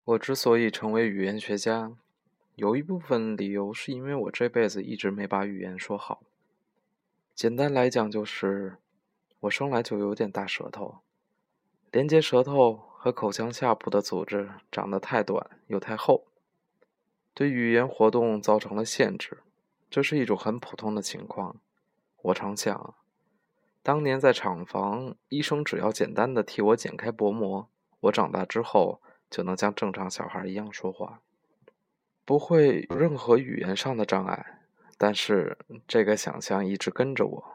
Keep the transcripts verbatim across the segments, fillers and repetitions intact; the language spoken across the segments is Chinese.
我之所以成为语言学家，有一部分理由是因为我这辈子一直没把语言说好。简单来讲就是，我生来就有点大舌头，连接舌头和口腔下部的组织长得太短又太厚，对语言活动造成了限制。这是一种很普通的情况。我常想，当年在厂房，医生只要简单的替我剪开薄膜，我长大之后就能像正常小孩一样说话。不会有任何语言上的障碍，但是这个想象一直跟着我，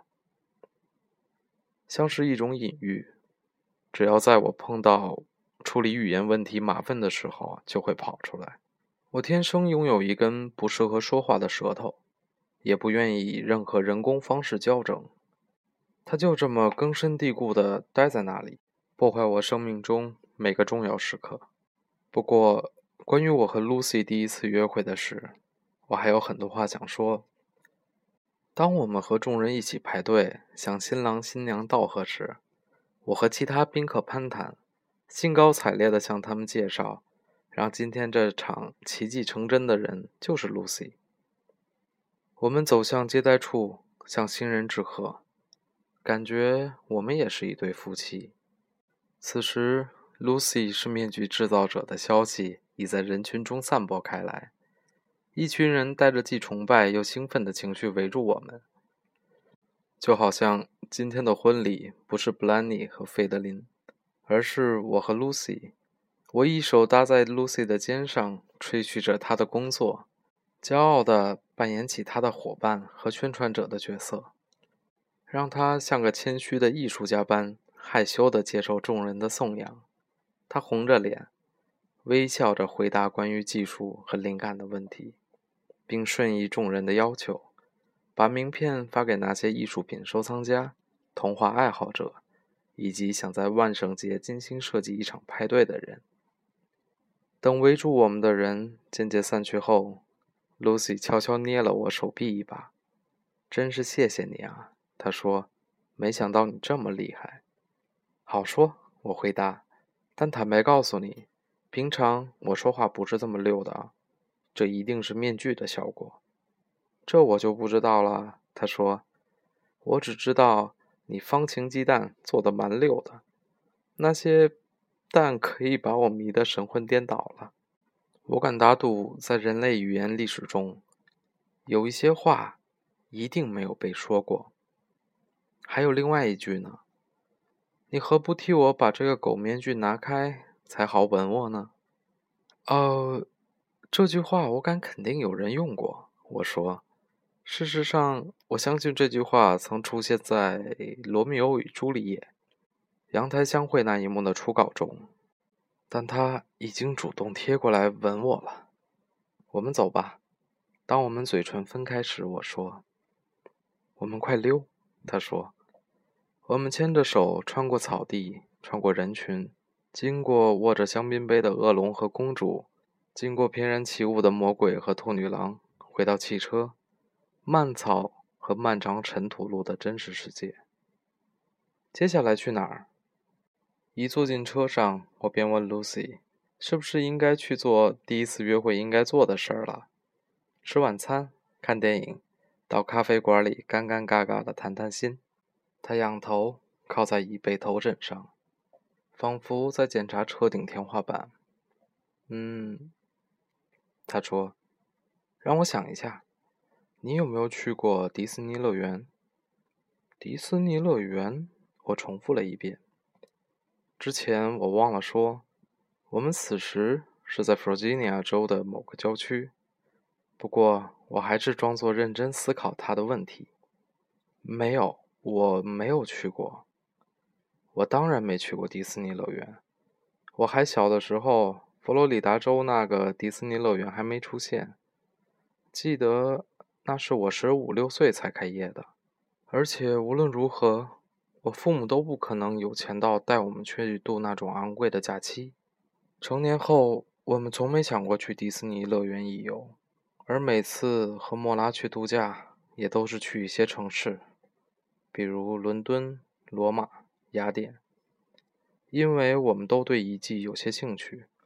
像是一种隐喻。只要在我碰到处理语言问题麻烦的时候，就会跑出来。我天生拥有一根不适合说话的舌头，也不愿意以任何人工方式矫正，它就这么根深蒂固地待在那里，破坏我生命中每个重要时刻。不过，关于我和 Lucy 第一次约会的事，我还有很多话想说。当我们和众人一起排队向新郎新娘道贺时，我和其他宾客攀谈，兴高采烈地向他们介绍，让今天这场奇迹成真的人就是 Lucy。我们走向接待处，向新人致贺，感觉我们也是一对夫妻。此时 Lucy 是面具制造者的消息已在人群中散播开来，一群人带着既崇拜又兴奋的情绪围住我们，就好像今天的婚礼不是 Blanny 和费德林，而是我和 Lucy。 我一手搭在 Lucy 的肩上，吹嘘着她的工作，骄傲地扮演起她的伙伴和宣传者的角色，让她像个谦虚的艺术家般害羞地接受众人的颂扬。她红着脸，微笑着回答关于技术和灵感的问题，并顺应众人的要求，把名片发给那些艺术品收藏家、童话爱好者，以及想在万圣节精心设计一场派对的人。等围住我们的人渐渐散去后， Lucy 悄悄捏了我手臂一把。真是谢谢你啊，她说，没想到你这么厉害。好说，我回答，但坦白告诉你，平常我说话不是这么溜的啊，这一定是面具的效果。这我就不知道了，他说，我只知道你方形鸡蛋做得蛮溜的，那些蛋可以把我迷得神魂颠倒了。我敢打赌，在人类语言历史中，有一些话一定没有被说过。还有另外一句呢，你何不替我把这个狗面具拿开，才好吻我呢？呃，这句话我敢肯定有人用过，我说。事实上，我相信这句话曾出现在《罗密欧与朱丽叶》阳台相会那一幕的初稿中，但他已经主动贴过来吻我了。我们走吧。当我们嘴唇分开时，我说，我们快溜，他说。我们牵着手穿过草地，穿过人群，经过握着香槟杯的恶龙和公主，经过翩然起舞的魔鬼和兔女郎，回到汽车、蔓草和漫长尘土路的真实世界。接下来去哪儿？一坐进车上，我便问 Lucy， 是不是应该去做第一次约会应该做的事儿了？吃晚餐，看电影，到咖啡馆里干干尬尬的谈谈心。他仰头靠在椅背头枕上，仿佛在检查车顶天花板。嗯，他说，让我想一下，你有没有去过迪士尼乐园？迪士尼乐园，我重复了一遍。之前我忘了说，我们此时是在弗吉尼亚州的某个郊区。不过我还是装作认真思考他的问题。没有，我没有去过。我当然没去过迪士尼乐园。我还小的时候，佛罗里达州那个迪士尼乐园还没出现。记得那是我十五六岁才开业的。而且无论如何，我父母都不可能有钱到带我们去度那种昂贵的假期。成年后，我们从没想过去迪士尼乐园一游，而每次和莫拉去度假，也都是去一些城市，比如伦敦、罗马、雅典，因为我们都对遗迹有些兴趣。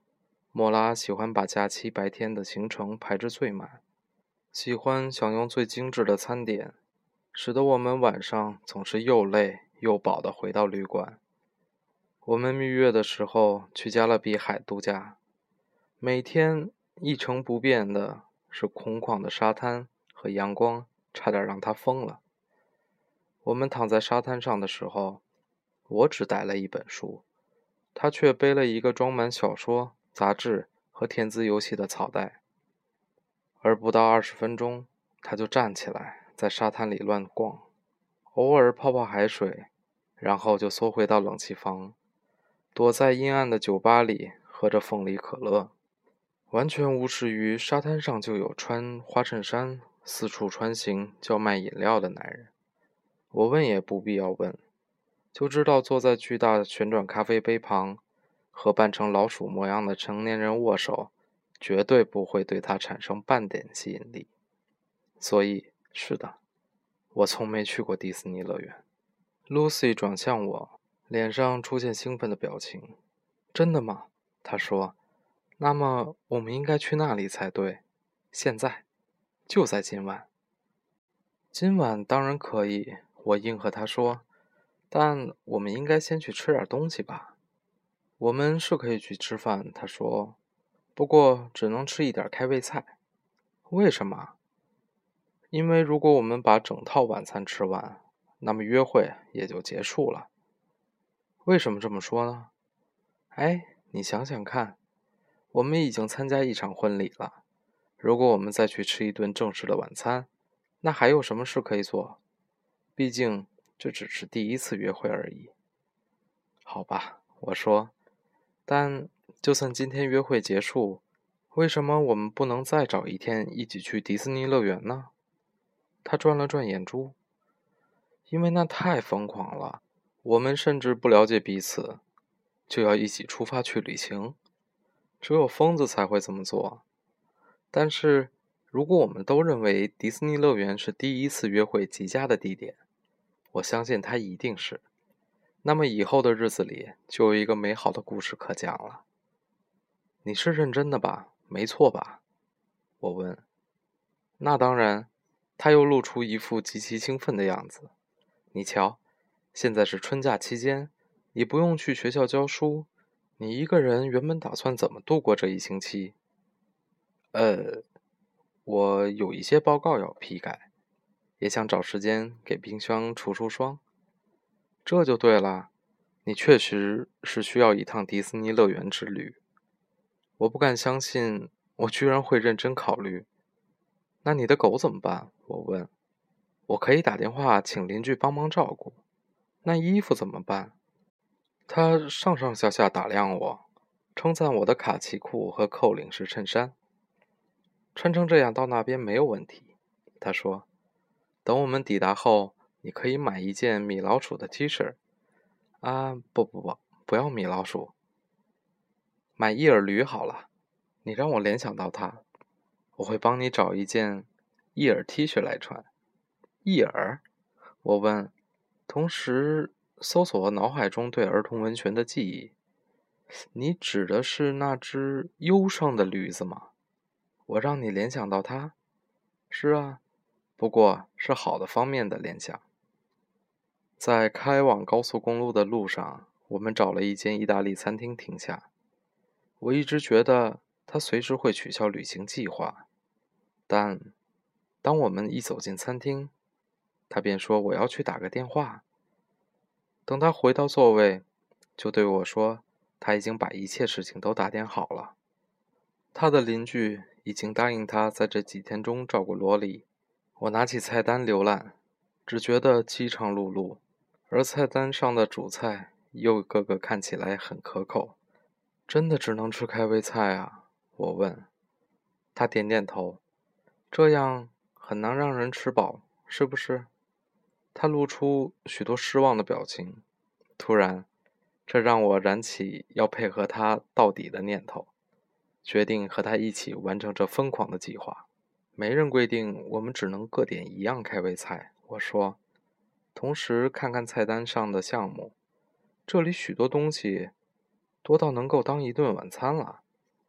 莫拉喜欢把假期白天的行程排至最满，喜欢享用最精致的餐点，使得我们晚上总是又累又饱地回到旅馆。我们蜜月的时候去加勒比海度假，每天一成不变的是空旷的沙滩和阳光，差点让他疯了。我们躺在沙滩上的时候，我只带了一本书，他却背了一个装满小说、杂志和填字游戏的草袋。而不到二十分钟，他就站起来在沙滩里乱逛，偶尔泡泡海水，然后就缩回到冷气房，躲在阴暗的酒吧里喝着凤梨可乐，完全无视于沙滩上就有穿花衬衫四处穿行叫卖饮料的男人。我问也不必要问，就知道坐在巨大的旋转咖啡杯旁和扮成老鼠模样的成年人握手绝对不会对他产生半点吸引力。所以是的，我从没去过迪士尼乐园。 Lucy 转向我，脸上出现兴奋的表情。真的吗？她说，那么我们应该去那里才对，现在，就在今晚。今晚当然可以，我应和她说，但我们应该先去吃点东西吧。我们是可以去吃饭，她说，不过只能吃一点开胃菜。为什么？因为如果我们把整套晚餐吃完，那么约会也就结束了。为什么这么说呢？哎，你想想看，我们已经参加一场婚礼了，如果我们再去吃一顿正式的晚餐，那还有什么事可以做？毕竟这只是第一次约会而已。好吧，我说，但就算今天约会结束，为什么我们不能再找一天一起去迪士尼乐园呢？他转了转眼珠。因为那太疯狂了，我们甚至不了解彼此，就要一起出发去旅行，只有疯子才会这么做。但是如果我们都认为迪士尼乐园是第一次约会极佳的地点，我相信它一定是，那么以后的日子里就有一个美好的故事可讲了。你是认真的吧？没错吧？我问。那当然。他又露出一副极其兴奋的样子。你瞧，现在是春假期间，你不用去学校教书，你一个人原本打算怎么度过这一星期？呃，我有一些报告要批改，也想找时间给冰箱除除霜。这就对了，你确实是需要一趟迪士尼乐园之旅。我不敢相信，我居然会认真考虑。那你的狗怎么办？我问。我可以打电话请邻居帮忙照顾。那衣服怎么办？他上上下下打量我，称赞我的卡其裤和扣领式衬衫。穿成这样到那边没有问题，他说。等我们抵达后，你可以买一件米老鼠的 T 恤。啊，不不不，不要米老鼠，买伊尔驴好了。你让我联想到它，我会帮你找一件伊尔 T 恤来穿。伊尔？我问，同时搜索脑海中对儿童文学的记忆。你指的是那只忧伤的驴子吗？我让你联想到它？是啊，不过是好的方面的联想。在开往高速公路的路上，我们找了一间意大利餐厅停下。我一直觉得他随时会取消旅行计划，但当我们一走进餐厅，他便说我要去打个电话。等他回到座位，就对我说他已经把一切事情都打点好了。他的邻居已经答应他在这几天中照顾罗莉。我拿起菜单浏览，只觉得饥肠辘辘，而菜单上的主菜又个个看起来很可口。真的只能吃开胃菜啊？我问。他点点头。这样很难让人吃饱，是不是？他露出许多失望的表情。突然，这让我燃起要配合他到底的念头，决定和他一起完成这疯狂的计划。没人规定我们只能各点一样开胃菜，我说，同时看看菜单上的项目，这里许多东西多到能够当一顿晚餐了。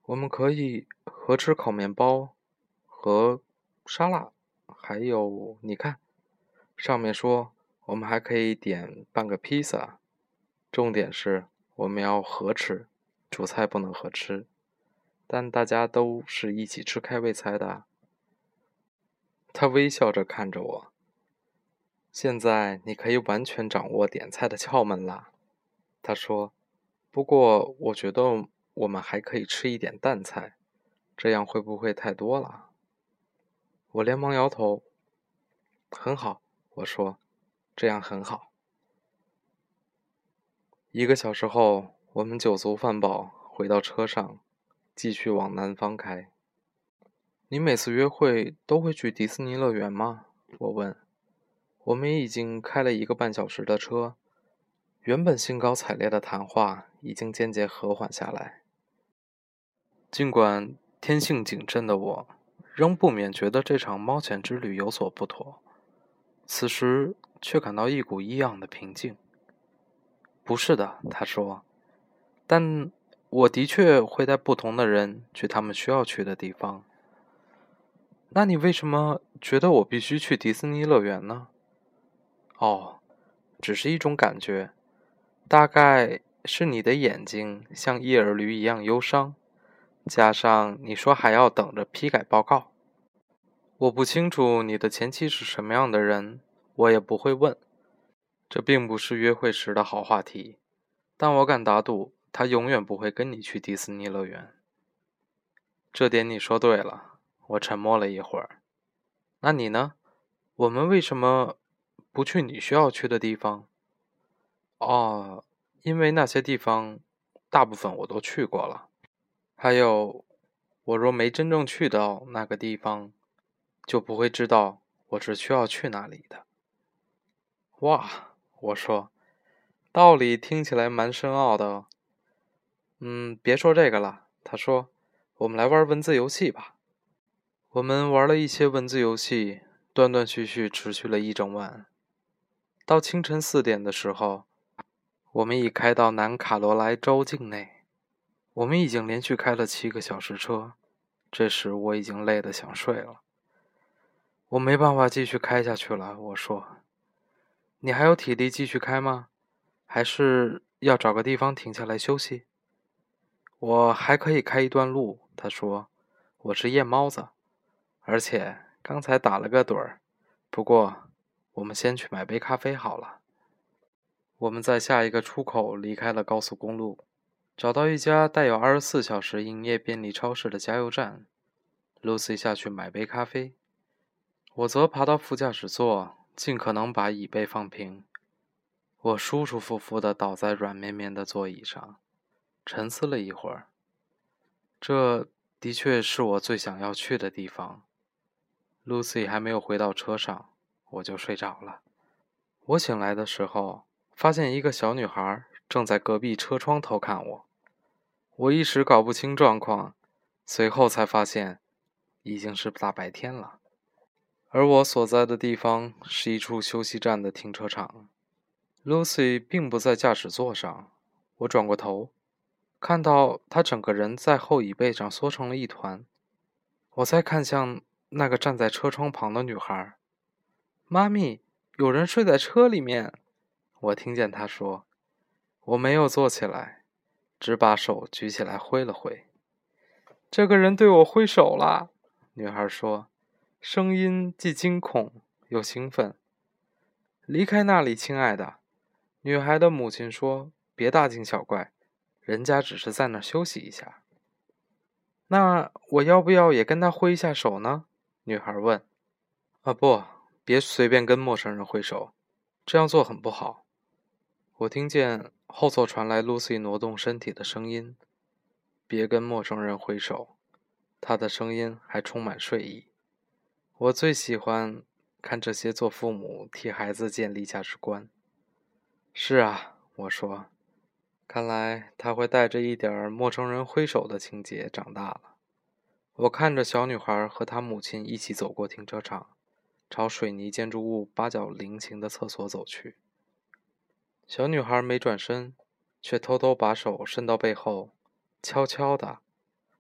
我们可以合吃烤面包和沙拉，还有你看，上面说我们还可以点半个披萨。重点是我们要合吃，主菜不能合吃，但大家都是一起吃开胃菜的。他微笑着看着我。现在你可以完全掌握点菜的窍门啦，他说。不过我觉得我们还可以吃一点淡菜，这样会不会太多了？我连忙摇头。很好，我说，这样很好。一个小时后，我们酒足饭饱，回到车上，继续往南方开。你每次约会都会去迪士尼乐园吗？我问。我们已经开了一个半小时的车，原本兴高采烈的谈话已经渐渐和缓下来。尽管天性谨慎的我，仍不免觉得这场猫犬之旅有所不妥，此时却感到一股异样的平静。不是的，他说，但我的确会带不同的人去他们需要去的地方。那你为什么觉得我必须去迪士尼乐园呢？哦，只是一种感觉，大概是你的眼睛像叶儿驴一样忧伤，加上你说还要等着批改报告。我不清楚你的前妻是什么样的人，我也不会问。这并不是约会时的好话题，但我敢打赌，他永远不会跟你去迪士尼乐园。这点你说对了。我沉默了一会儿。那你呢？我们为什么不去你需要去的地方？哦，因为那些地方大部分我都去过了。还有，我若没真正去到那个地方，就不会知道我是需要去哪里的。哇，我说，道理听起来蛮深奥的哦。嗯，别说这个了，他说，我们来玩文字游戏吧。我们玩了一些文字游戏，断断续续持续了一整晚。到清晨四点的时候，我们已开到南卡罗来州境内。我们已经连续开了七个小时车，这时我已经累得想睡了。我没办法继续开下去了，我说。你还有体力继续开吗？还是要找个地方停下来休息？我还可以开一段路，他说。我是夜猫子，而且刚才打了个盹儿。不过，我们先去买杯咖啡好了。我们在下一个出口离开了高速公路，找到一家带有二十四小时营业便利超市的加油站。Lucy 下去买杯咖啡，我则爬到副驾驶座，尽可能把椅背放平。我舒舒服服地倒在软绵绵的座椅上，沉思了一会儿。这的确是我最想要去的地方。Lucy 还没有回到车上，我就睡着了。我醒来的时候，发现一个小女孩正在隔壁车窗偷看我。我一时搞不清状况，随后才发现已经是大白天了。而我所在的地方是一处休息站的停车场。Lucy 并不在驾驶座上，我转过头，看到她整个人在后椅背上缩成了一团。我再看向那个站在车窗旁的女孩。妈咪，有人睡在车里面，我听见她说。我没有坐起来，只把手举起来挥了挥。这个人对我挥手了，女孩说，声音既惊恐又兴奋。离开那里，亲爱的，女孩的母亲说，别大惊小怪，人家只是在那儿休息一下。那我要不要也跟他挥一下手呢？女孩问。啊不，别随便跟陌生人挥手，这样做很不好。我听见后座传来 Lucy 挪动身体的声音。别跟陌生人挥手，她的声音还充满睡意。我最喜欢看这些做父母替孩子建立价值观。是啊，我说，看来他会带着一点陌生人挥手的情节长大了。我看着小女孩和她母亲一起走过停车场，朝水泥建筑物八角菱形的厕所走去。小女孩没转身，却偷偷把手伸到背后，悄悄的，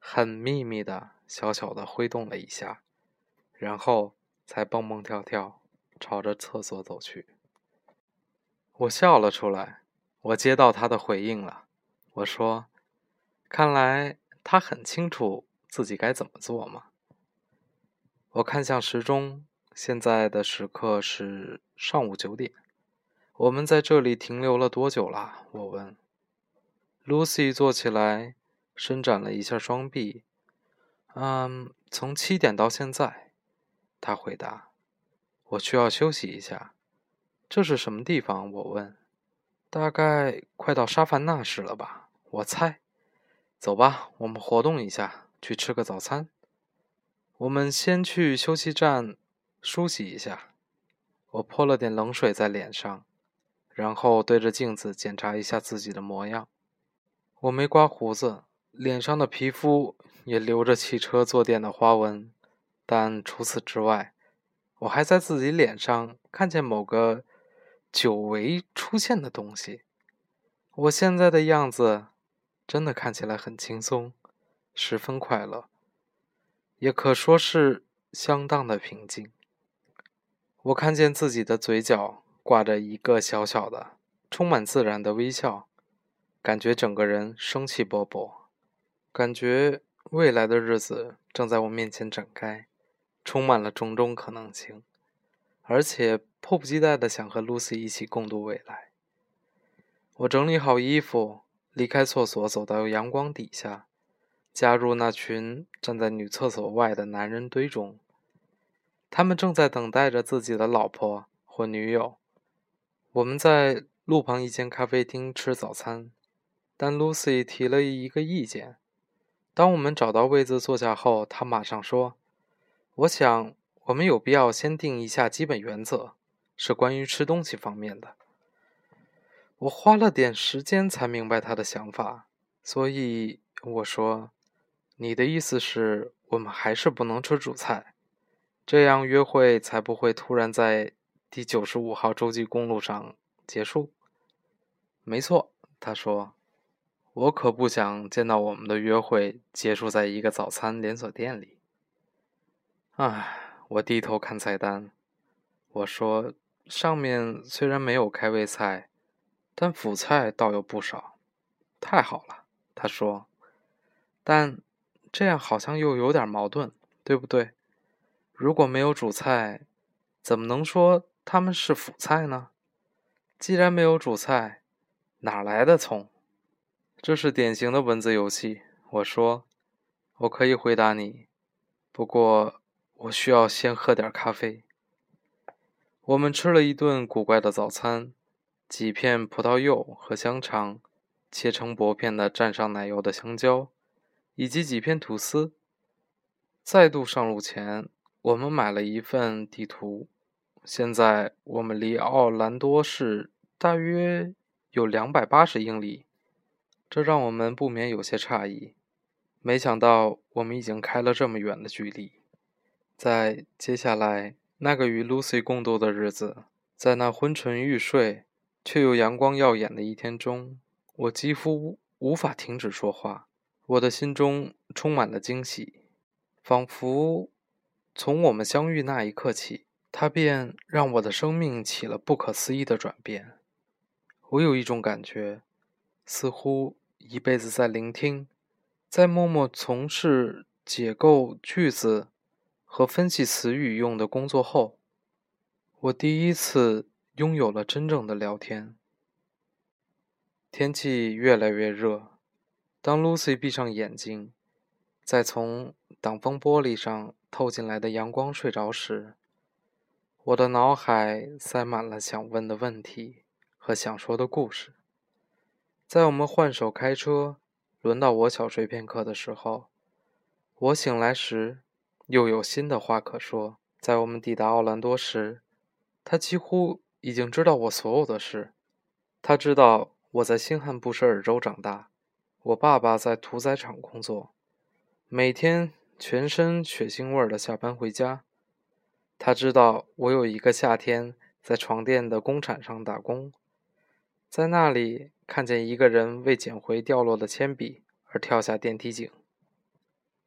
很秘密的小小的挥动了一下，然后才蹦蹦跳跳朝着厕所走去。我笑了出来，我接到他的回应了。我说，看来他很清楚自己该怎么做嘛。我看向时钟，现在的时刻是上午九点。我们在这里停留了多久啦？我问。Lucy 坐起来，伸展了一下双臂。嗯，从七点到现在，他回答。我需要休息一下。这是什么地方？我问。大概快到沙凡纳市了吧，我猜。走吧，我们活动一下，去吃个早餐。我们先去休息站梳洗一下。我泼了点冷水在脸上，然后对着镜子检查一下自己的模样。我没刮胡子，脸上的皮肤也留着汽车坐垫的花纹，但除此之外，我还在自己脸上看见某个久违出现的东西。我现在的样子真的看起来很轻松，十分快乐，也可说是相当的平静。我看见自己的嘴角挂着一个小小的、充满自然的微笑，感觉整个人生气勃勃，感觉未来的日子正在我面前展开，充满了种种可能性，而且迫不及待地想和 Lucy 一起共度未来。我整理好衣服，离开厕所，走到阳光底下，加入那群站在女厕所外的男人堆中。他们正在等待着自己的老婆或女友。我们在路旁一间咖啡厅吃早餐，但 Lucy 提了一个意见。当我们找到位子坐下后，她马上说，我想我们有必要先定一下基本原则，是关于吃东西方面的。我花了点时间才明白她的想法，所以我说，你的意思是我们还是不能吃主菜，这样约会才不会突然在第九十五号洲际公路上结束。没错，他说，我可不想见到我们的约会结束在一个早餐连锁店里。唉，我低头看菜单。我说，上面虽然没有开胃菜，但辅菜倒有不少。太好了，他说，但这样好像又有点矛盾，对不对？如果没有主菜，怎么能说它们是辅菜呢？既然没有主菜，哪来的葱？这是典型的文字游戏。我说，我可以回答你，不过我需要先喝点咖啡。我们吃了一顿古怪的早餐，几片葡萄柚和香肠，切成薄片的蘸上奶油的香蕉，以及几片吐司。再度上路前，我们买了一份地图。现在我们离奥兰多市大约有两百八十英里，这让我们不免有些诧异。没想到我们已经开了这么远的距离。在接下来那个与 Lucy 共度的日子，在那昏沉欲睡却又阳光耀眼的一天中，我几乎无法停止说话。我的心中充满了惊喜，仿佛从我们相遇那一刻起，它便让我的生命起了不可思议的转变。我有一种感觉，似乎一辈子在聆听，在默默从事解构句子和分析词语用的工作后，我第一次拥有了真正的聊天。天气越来越热，当 Lucy 闭上眼睛，在从挡风玻璃上透进来的阳光睡着时，我的脑海塞满了想问的问题和想说的故事。在我们换手开车，轮到我小睡片刻的时候，我醒来时又有新的话可说。在我们抵达奥兰多时，他几乎已经知道我所有的事。他知道我在新罕布什尔州长大，我爸爸在屠宰场工作，每天全身血腥味儿的下班回家。他知道我有一个夏天在床垫的工厂上打工，在那里看见一个人为捡回掉落的铅笔而跳下电梯井。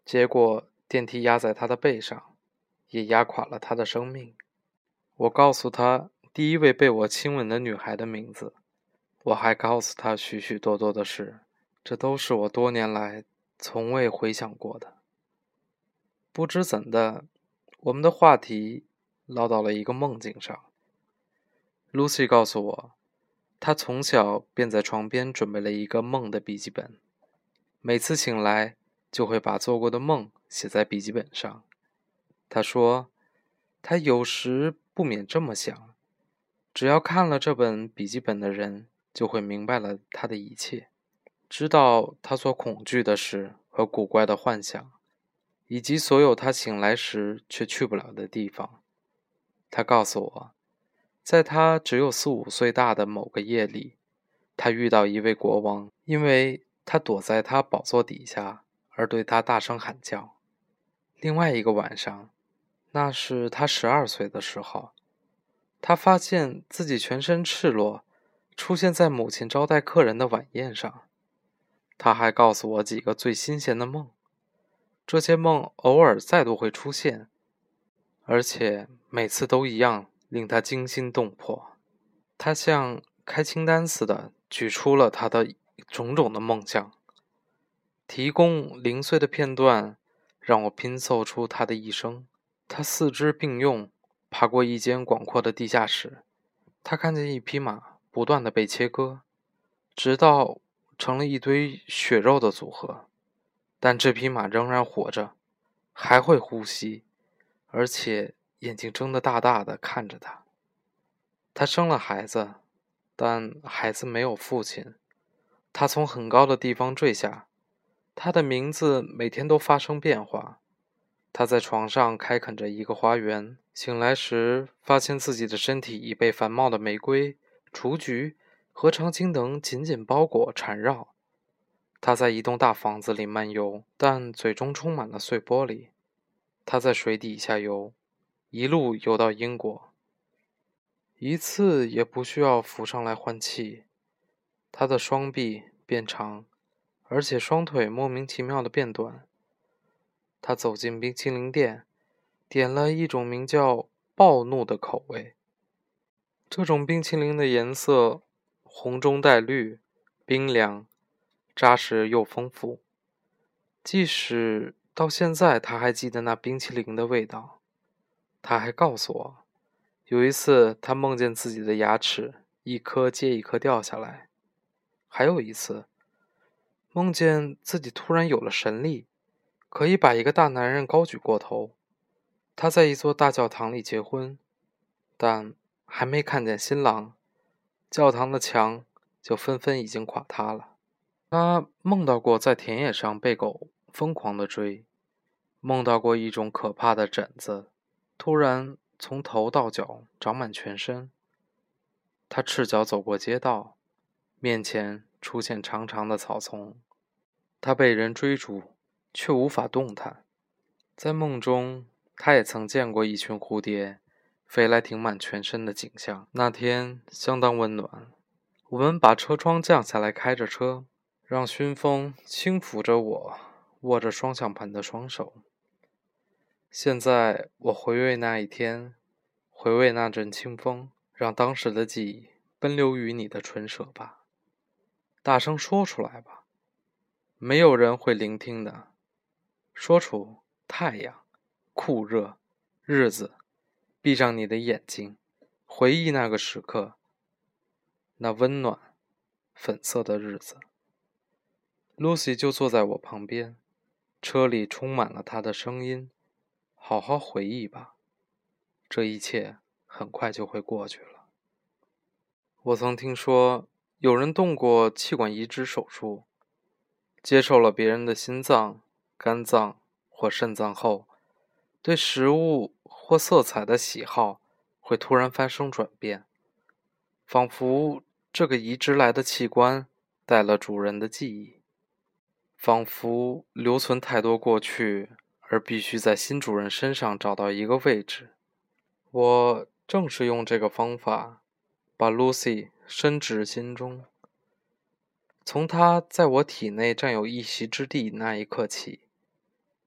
结果电梯压在他的背上，也压垮了他的生命。我告诉他第一位被我亲吻的女孩的名字，我还告诉他许许多多的事，这都是我多年来从未回想过的。不知怎的，我们的话题唠到了一个梦境上。Lucy 告诉我，她从小便在床边准备了一个梦的笔记本，每次醒来就会把做过的梦写在笔记本上。她说，她有时不免这么想，只要看了这本笔记本的人，就会明白了她的一切，知道她所恐惧的事和古怪的幻想，以及所有她醒来时却去不了的地方。她告诉我，在他只有四五岁大的某个夜里，他遇到一位国王，因为他躲在他宝座底下而对他大声喊叫。另外一个晚上，那是他十二岁的时候，他发现自己全身赤裸，出现在母亲招待客人的晚宴上。他还告诉我几个最新鲜的梦，这些梦偶尔再度会出现，而且每次都一样令他惊心动魄。他像开清单似的举出了他的种种的梦想，提供零碎的片段让我拼凑出他的一生。他四肢并用，爬过一间广阔的地下室，他看见一匹马不断地被切割，直到成了一堆血肉的组合，但这匹马仍然活着，还会呼吸，而且眼睛睁得大大的看着他。他生了孩子，但孩子没有父亲。他从很高的地方坠下，他的名字每天都发生变化。他在床上开垦着一个花园，醒来时发现自己的身体已被繁茂的玫瑰、雏菊和长青等紧紧包裹缠绕。他在一栋大房子里漫游，但嘴中充满了碎玻璃。他在水底下游，一路游到英国。一次也不需要浮上来换气，他的双臂变长，而且双腿莫名其妙地变短。他走进冰淇淋店，点了一种名叫暴怒的口味。这种冰淇淋的颜色红中带绿，冰凉，扎实又丰富。即使到现在他还记得那冰淇淋的味道。他还告诉我，有一次他梦见自己的牙齿一颗接一颗掉下来，还有一次梦见自己突然有了神力，可以把一个大男人高举过头。他在一座大教堂里结婚，但还没看见新郎，教堂的墙就纷纷已经垮塌了。他梦到过在田野上被狗疯狂地追，梦到过一种可怕的疹子突然从头到脚长满全身。他赤脚走过街道，面前出现长长的草丛。他被人追逐，却无法动弹。在梦中，他也曾见过一群蝴蝶飞来停满全身的景象。那天相当温暖，我们把车窗降下来，开着车，让熏风轻抚着我握着双向盘的双手。现在我回味那一天，回味那阵清风，让当时的记忆奔流于你的唇舌吧。大声说出来吧，没有人会聆听的。说出太阳、酷热、日子，闭上你的眼睛，回忆那个时刻，那温暖、粉色的日子。Lucy 就坐在我旁边，车里充满了她的声音。好好回忆吧，这一切很快就会过去了。我曾听说有人动过气管移植手术，接受了别人的心脏、肝脏或肾脏后，对食物或色彩的喜好会突然发生转变，仿佛这个移植来的器官带了主人的记忆，仿佛留存太多过去，而必须在新主人身上找到一个位置。我正是用这个方法把 Lucy 深植心中。从她在我体内占有一席之地那一刻起，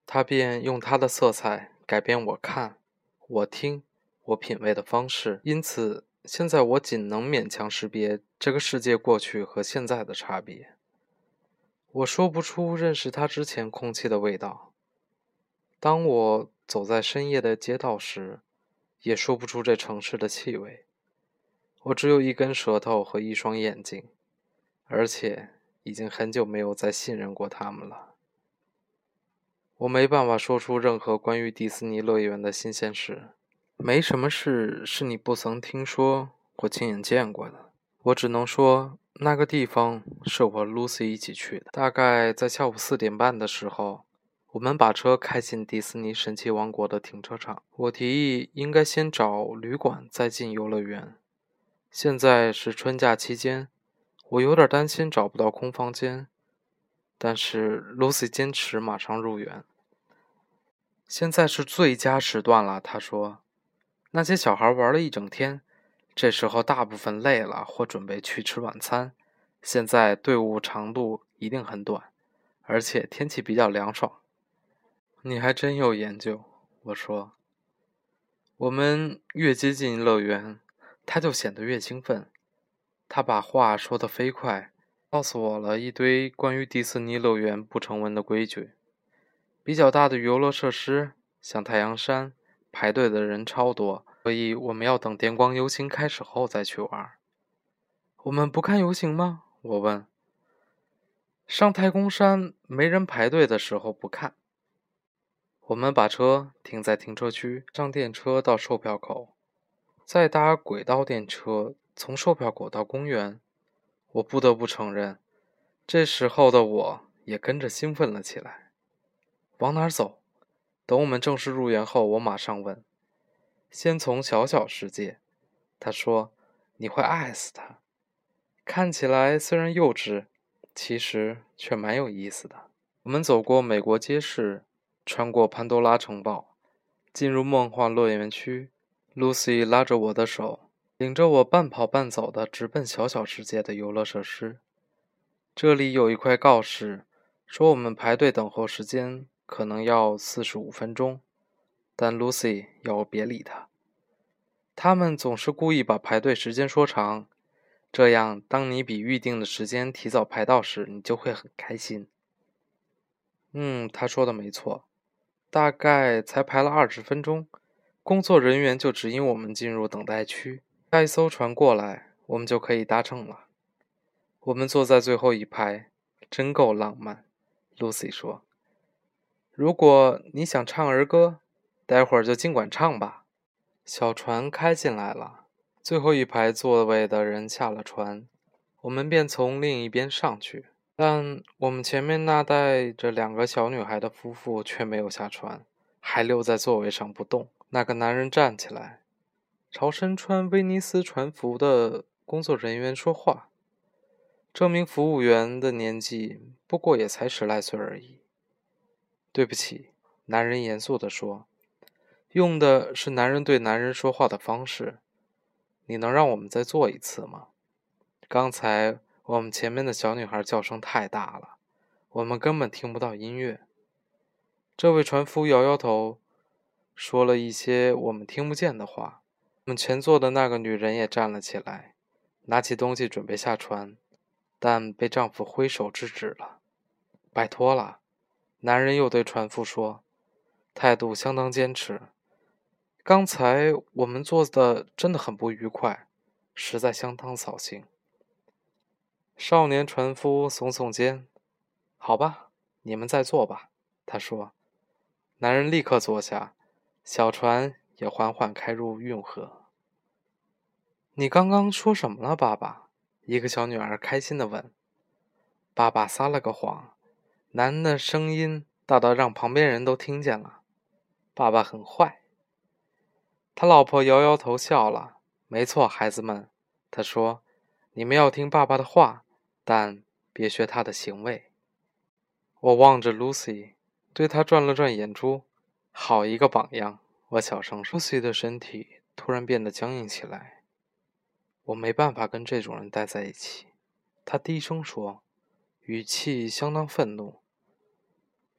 他便用他的色彩改变我看、我听、我品味的方式，因此现在我仅能勉强识别这个世界过去和现在的差别。我说不出认识他之前空气的味道，当我走在深夜的街道时，也说不出这城市的气味。我只有一根舌头和一双眼睛，而且已经很久没有再信任过他们了。我没办法说出任何关于迪士尼乐园的新鲜事，没什么事是你不曾听说或亲眼见过的。我只能说，那个地方是我和 Lucy 一起去的。大概在下午四点半的时候，我们把车开进迪士尼神奇王国的停车场。我提议应该先找旅馆，再进游乐园。现在是春假期间，我有点担心找不到空房间，但是 Lucy 坚持马上入园。现在是最佳时段了，她说。那些小孩玩了一整天，这时候大部分累了或准备去吃晚餐。现在队伍长度一定很短，而且天气比较凉爽。你还真有研究，我说。我们越接近乐园，他就显得越兴奋。他把话说得飞快，告诉我了一堆关于迪士尼乐园不成文的规矩。比较大的游乐设施，像太阳山，排队的人超多，所以我们要等电光游行开始后再去玩。我们不看游行吗？我问。上太空山没人排队的时候不看。我们把车停在停车区，上电车到售票口，再搭轨道电车从售票口到公园。我不得不承认，这时候的我也跟着兴奋了起来。往哪儿走？等我们正式入园后，我马上问。先从小小世界，他说，你会爱死它。看起来虽然幼稚，其实却蛮有意思的。我们走过美国街市，穿过潘多拉城堡，进入梦幻乐园区。Lucy 拉着我的手，领着我半跑半走的直奔小小世界的游乐设施。这里有一块告示，说我们排队等候时间可能要四十五分钟，但 Lucy 要我别理他。他们总是故意把排队时间说长，这样当你比预定的时间提早排到时，你就会很开心。嗯，他说的没错，大概才排了二十分钟，工作人员就指引我们进入等待区，下一艘船过来，我们就可以搭乘了。我们坐在最后一排，真够浪漫，Lucy 说。如果你想唱儿歌，待会儿就尽管唱吧。小船开进来了，最后一排座位的人下了船，我们便从另一边上去。但我们前面那带着两个小女孩的夫妇却没有下船，还留在座位上不动。那个男人站起来，朝身穿威尼斯船服的工作人员说话。这名服务员的年纪不过也才十来岁而已。对不起，男人严肃地说，用的是男人对男人说话的方式。你能让我们再做一次吗？刚才我们前面的小女孩叫声太大了，我们根本听不到音乐。这位船夫摇摇头，说了一些我们听不见的话。我们前座的那个女人也站了起来，拿起东西准备下船，但被丈夫挥手制止了。拜托了，男人又对船夫说，态度相当坚持。刚才我们做的真的很不愉快，实在相当扫兴。少年船夫耸耸肩，好吧，你们再坐吧，他说。男人立刻坐下，小船也缓缓开入运河。你刚刚说什么了，爸爸？一个小女儿开心地问。爸爸撒了个谎，男人的声音大到让旁边人都听见了。爸爸很坏。他老婆摇摇头笑了。没错，孩子们，他说，你们要听爸爸的话，但别学他的行为。我望着 Lucy， 对她转了转眼珠。好一个榜样，我小声说。Lucy 的身体突然变得僵硬起来。我没办法跟这种人待在一起，她低声说，语气相当愤怒。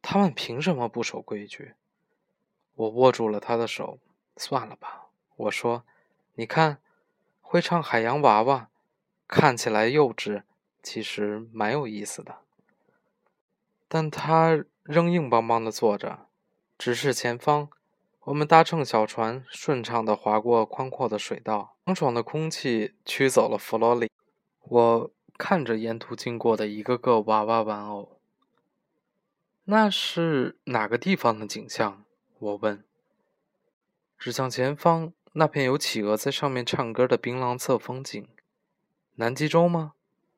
他们凭什么不守规矩？我握住了他的手。算了吧，我说，你看，会唱海洋娃娃，看起来幼稚，其实蛮有意思的。但他仍硬邦邦地坐着，直视前方。我们搭乘小船，顺畅地划过宽阔的水道，凉爽的空气驱走了弗罗里。我看着沿途经过的一个个娃娃玩偶。那是哪个地方的景象？我问。指向前方，那片有企鹅在上面唱歌的槟榔色风景。南极洲吗？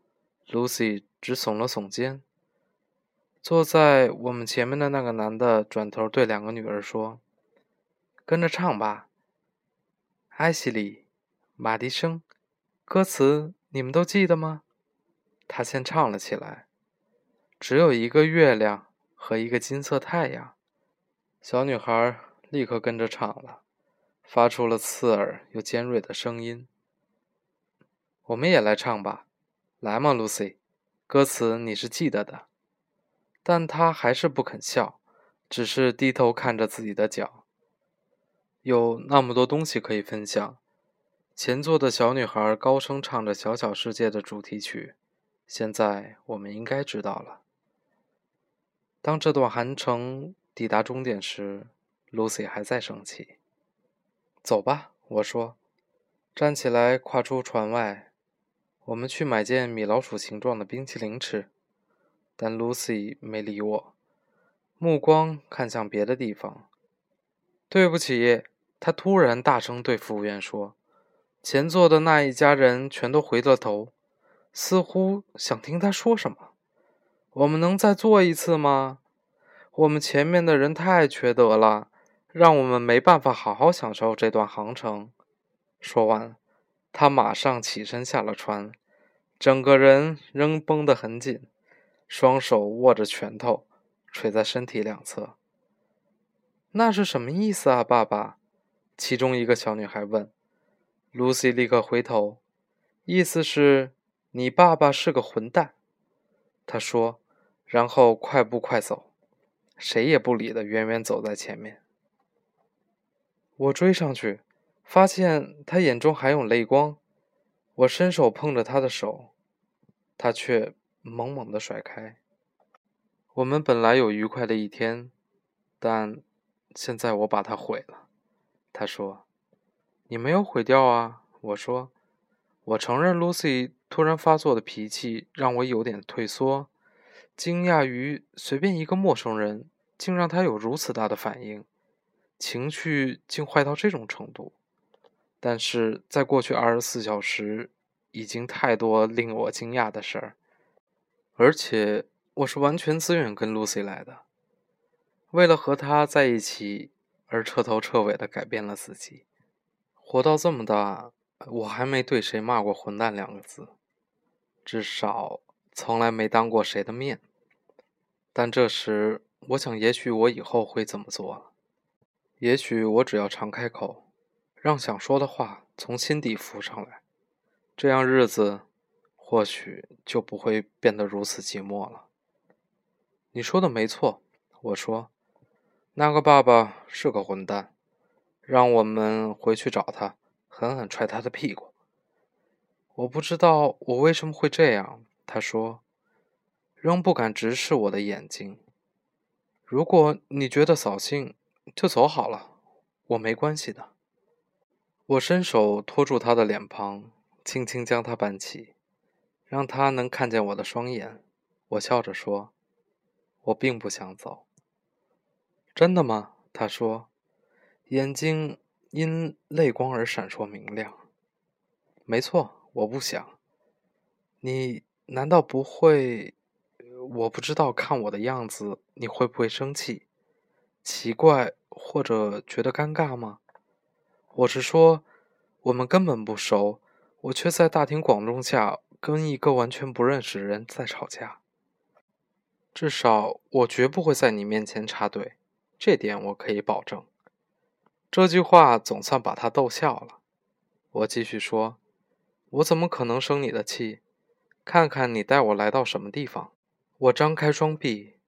Lucy 只耸了耸肩。坐在我们前面的那个男的转头对两个女儿说：“跟着唱吧，艾希莉、马迪生，歌词你们都记得吗？”他先唱了起来：“只有一个月亮和一个金色太阳。”小女孩立刻跟着唱了，发出了刺耳又尖锐的声音。我们也来唱吧，来嘛 ，Lucy， 歌词你是记得的。但她还是不肯笑，只是低头看着自己的脚。有那么多东西可以分享。前座的小女孩高声唱着《小小世界》的主题曲，现在我们应该知道了。当这段航程抵达终点时， Lucy 还在生气。走吧，我说，站起来跨出船外，我们去买件米老鼠形状的冰淇淋吃。但 Lucy 没理我，目光看向别的地方。对不起，她突然大声对服务员说。前座的那一家人全都回了头，似乎想听他说什么。我们能再坐一次吗？我们前面的人太缺德了，让我们没办法好好享受这段航程。说完，他马上起身下了船，整个人仍绷得很紧，双手握着拳头，垂在身体两侧。那是什么意思啊，爸爸？其中一个小女孩问。Lucy 立刻回头，意思是你爸爸是个混蛋，她说，然后快步快走，谁也不理的远远走在前面。我追上去，发现他眼中还有泪光，我伸手碰着他的手，他却猛猛地甩开。我们本来有愉快的一天，但现在我把它毁了，他说。你没有毁掉啊，我说。我承认 Lucy 突然发作的脾气让我有点退缩，惊讶于随便一个陌生人竟让他有如此大的反应，情绪竟坏到这种程度。但是在过去二十四小时已经太多令我惊讶的事儿，而且我是完全自愿跟 Lucy 来的，为了和她在一起而彻头彻尾地改变了自己。活到这么大，我还没对谁骂过混蛋两个字，至少从来没当过谁的面。但这时我想，也许我以后会这么做了。也许我只要常开口，让想说的话从心底浮上来，这样日子或许就不会变得如此寂寞了。你说的没错，我说，那个爸爸是个混蛋，让我们回去找他，狠狠踹他的屁股。我不知道我为什么会这样，他说，仍不敢直视我的眼睛。如果你觉得扫兴，就走好了，我没关系的。我伸手托住他的脸庞，轻轻将他搬起，让他能看见我的双眼。我笑着说，我并不想走。真的吗？他说，眼睛因泪光而闪烁明亮。没错，我不想。你难道不会……我不知道看我的样子你会不会生气，奇怪或者觉得尴尬吗？我是说，我们根本不熟，我却在大庭广众下跟一个完全不认识的人在吵架。至少我绝不会在你面前插队，这点我可以保证。这句话总算把他逗笑了。我继续说，我怎么可能生你的气？看看你带我来到什么地方。我张开双臂，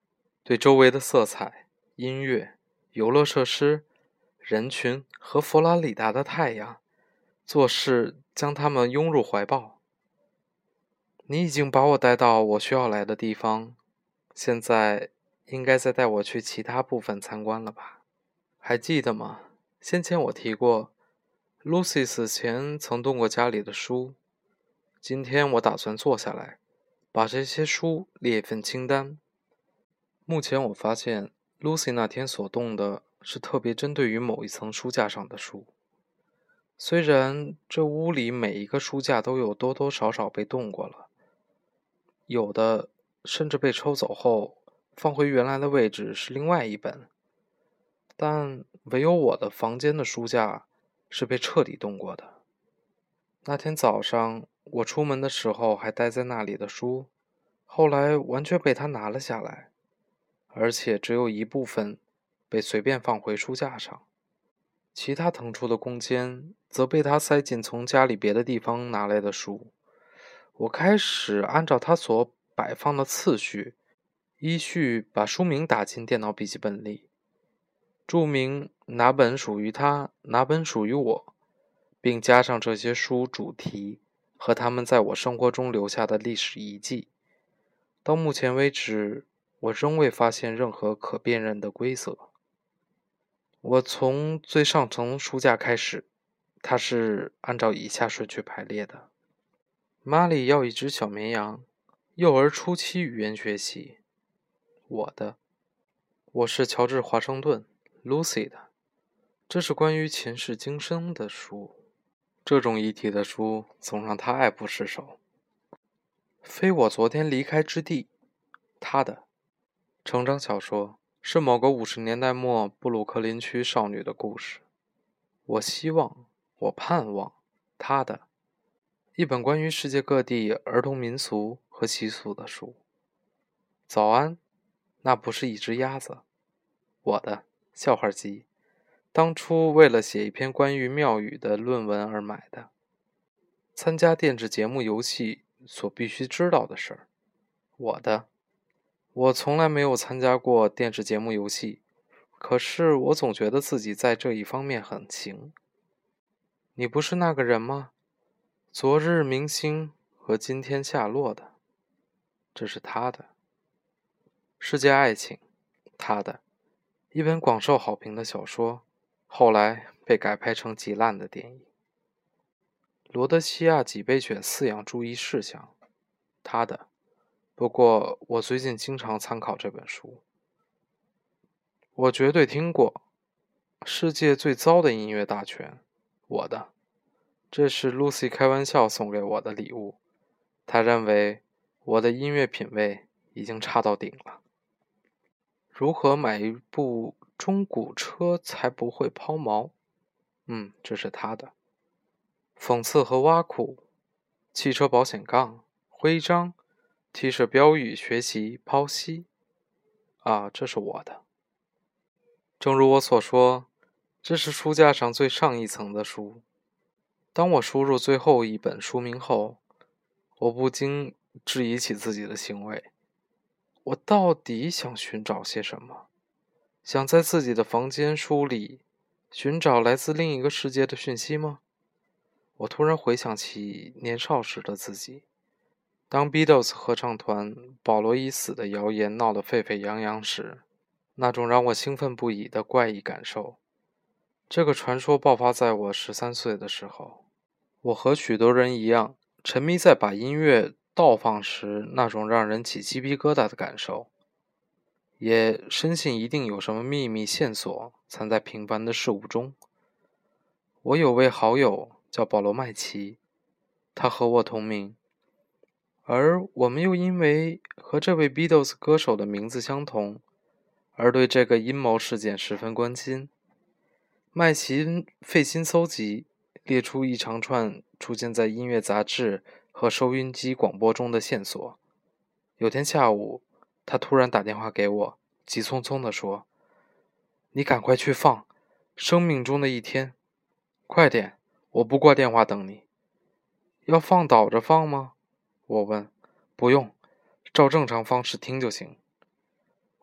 对周围的色彩、音乐、游乐设施、人群和佛罗里达的太阳，做事将它们拥入怀抱。你已经把我带到我需要来的地方，现在应该再带我去其他部分参观了吧？还记得吗？先前我提过，Lucy 死前曾动过家里的书。今天我打算坐下来，把这些书列一份清单。目前我发现 Lucy 那天所动的是特别针对于某一层书架上的书。虽然这屋里每一个书架都有多多少少被动过了，有的甚至被抽走后放回原来的位置是另外一本，但唯有我的房间的书架是被彻底动过的。那天早上我出门的时候还待在那里的书，后来完全被他拿了下来，而且只有一部分被随便放回书架上，其他腾出的空间则被他塞进从家里别的地方拿来的书。我开始按照他所摆放的次序，依序把书名打进电脑笔记本里，注明哪本属于他，哪本属于我，并加上这些书主题和他们在我生活中留下的历史遗迹。到目前为止，我仍未发现任何可辨认的规则。我从最上层书架开始，它是按照以下顺序排列的：玛丽要一只小绵羊，幼儿初期语言学习，我的。我是乔治·华盛顿 ，Lucy 的。这是关于前世今生的书，这种议题的书总让他爱不释手。非我昨天离开之地，他的。成长小说是某个五十年代末布鲁克林区少女的故事。我希望，我盼望，他的。一本关于世界各地儿童民俗和习俗的书。早安，那不是一只鸭子，我的。笑话集，当初为了写一篇关于庙宇的论文而买的。参加电子节目游戏所必须知道的事儿，我的。我从来没有参加过电视节目游戏，可是我总觉得自己在这一方面很行。你不是那个人吗？昨日明星和今天下落的，这是他的。世界爱情，他的。一本广受好评的小说，后来被改拍成极烂的电影。罗德西亚脊背犬饲养注意事项，他的。不过我最近经常参考这本书。我绝对听过世界最糟的音乐大全，我的。这是 Lucy 开玩笑送给我的礼物，她认为我的音乐品味已经差到顶了。如何买一部中古车才不会抛锚？嗯，这是他的。讽刺和挖苦，汽车保险杠，徽章，T 恤标语，学习剖析。啊，这是我的。正如我所说，这是书架上最上一层的书。当我输入最后一本书名后，我不禁质疑起自己的行为。我到底想寻找些什么？想在自己的房间书里寻找来自另一个世界的讯息吗？我突然回想起年少时的自己，当 Beatles 合唱团保罗已死的谣言闹得沸沸扬扬时，那种让我兴奋不已的怪异感受。这个传说爆发在我十三岁的时候，我和许多人一样，沉迷在把音乐倒放时那种让人起鸡皮疙瘩的感受，也深信一定有什么秘密线索藏在平凡的事物中。我有位好友叫保罗·麦奇，他和我同名，而我们又因为和这位 Beatles 歌手的名字相同，而对这个阴谋事件十分关心。麦奇费心搜集，列出一长串出现在音乐杂志和收音机广播中的线索。有天下午，他突然打电话给我，急匆匆地说：“你赶快去放生命中的一天，快点，我不挂电话等你。”要放倒着放吗？我问。不用，照正常方式听就行。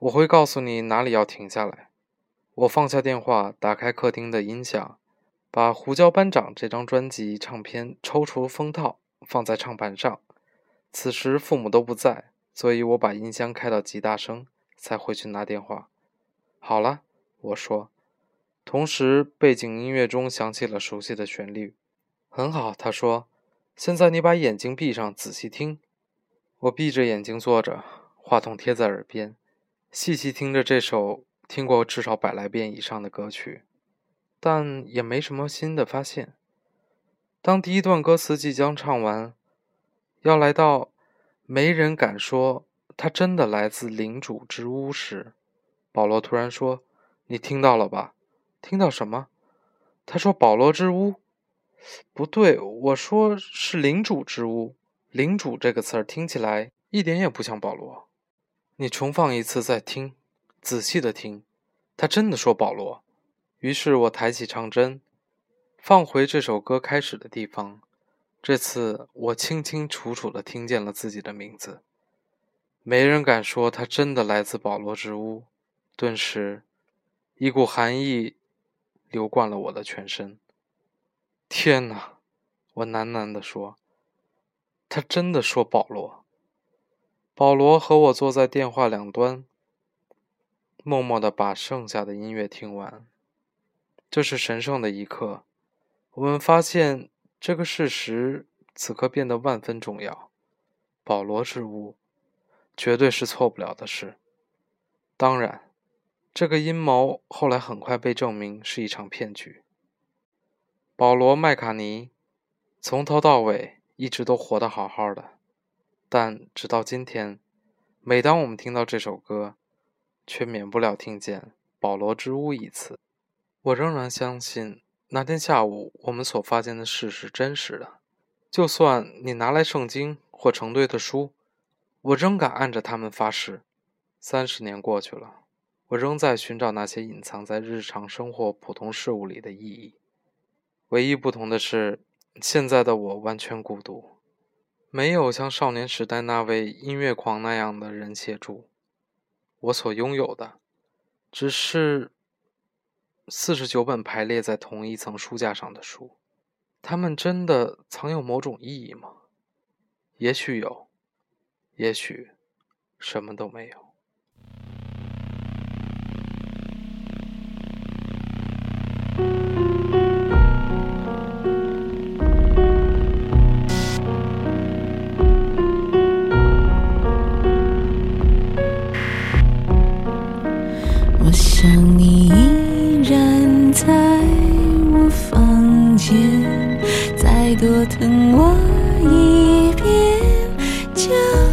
我会告诉你哪里要停下来。我放下电话，打开客厅的音响，把《胡椒班长》这张专辑唱片抽出封套，放在唱盘上。此时父母都不在，所以我把音箱开到极大声，才回去拿电话。好了，我说，同时背景音乐中响起了熟悉的旋律。很好，他说，现在你把眼睛闭上，仔细听。我闭着眼睛坐着，话筒贴在耳边，细细听着这首听过至少百来遍以上的歌曲，但也没什么新的发现。当第一段歌词即将唱完，要来到没人敢说他真的来自领主之屋时，保罗突然说，你听到了吧？听到什么？他说保罗之屋。不对，我说是领主之屋。领主这个词儿听起来一点也不像保罗。你重放一次再听，仔细的听，他真的说保罗。于是我抬起唱针，放回这首歌开始的地方。这次我清清楚楚地听见了自己的名字。没人敢说他真的来自保罗之屋。顿时一股寒意流贯了我的全身。天哪，我喃喃地说，他真的说保罗。保罗和我坐在电话两端，默默地把剩下的音乐听完。这是神圣的一刻，我们发现这个事实此刻变得万分重要。保罗之屋绝对是错不了的事。当然，这个阴谋后来很快被证明是一场骗局。保罗·麦卡尼从头到尾一直都活得好好的，但直到今天，每当我们听到这首歌，却免不了听见保罗之屋一词。我仍然相信那天下午我们所发现的事是真实的。就算你拿来圣经或成对的书，我仍敢按着它们发誓。三十年过去了，我仍在寻找那些隐藏在日常生活普通事物里的意义。唯一不同的是，现在的我完全孤独，没有像少年时代那位音乐狂那样的人协助。我所拥有的只是四十九本排列在同一层书架上的书。它们真的藏有某种意义吗？也许有，也许什么都没有。 我想你依然在我房间，再多疼我一遍就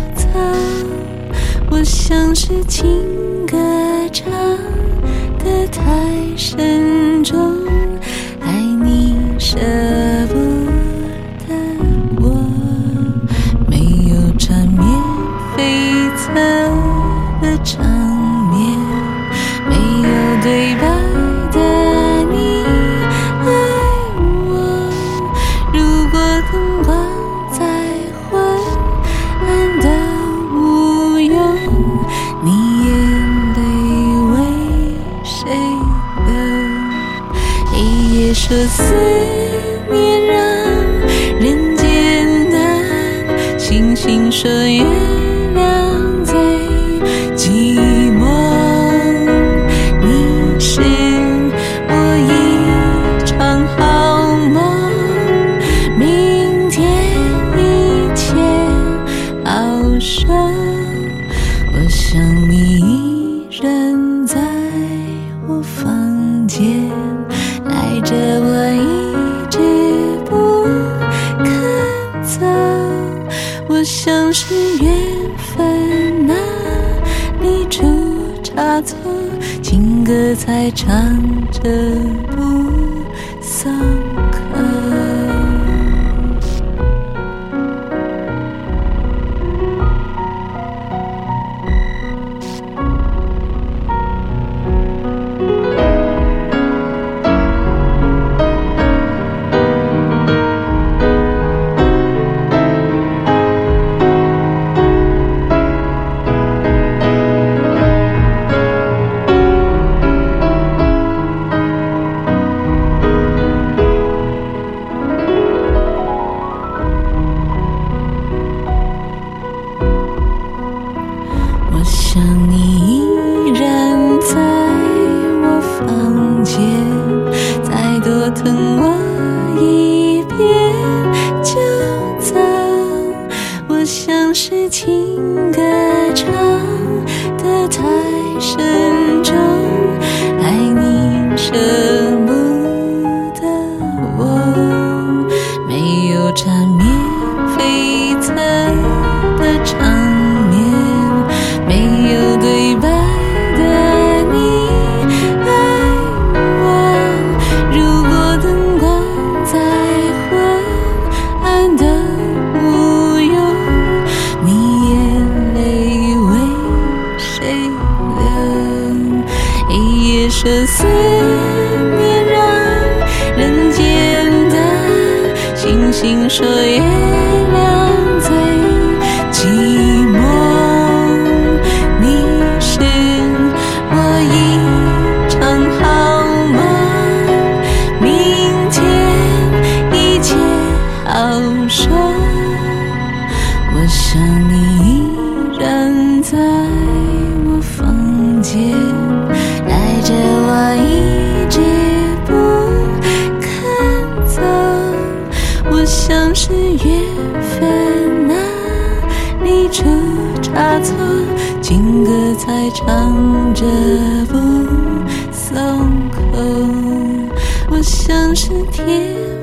走。我像是情歌唱得太深重，爱你舍不得我，没有缠绵悱恻的场面，没有对白的你爱我。如果灯光再昏暗的无用，你眼泪为谁流？黑夜说思念让人艰难，星星说月亮最寂寞。你是我一场好梦，明天一切好说。我想你依然在我房间，赖着我一直不肯走。我像是缘分哪里出差错，情歌才唱着不松口。 舍不得我，没有缠绵悱恻的场面，没有对白的爱你爱我。如果灯光再昏暗的无用，你眼泪为谁流？一夜奢思念让人间淡，星星说月亮最寂寞。你是我一场好梦，明天一切好说。我想你依然在我房间，带着我一直不肯走。我想是缘分哪里出差错，情歌才唱着不松口。我想是天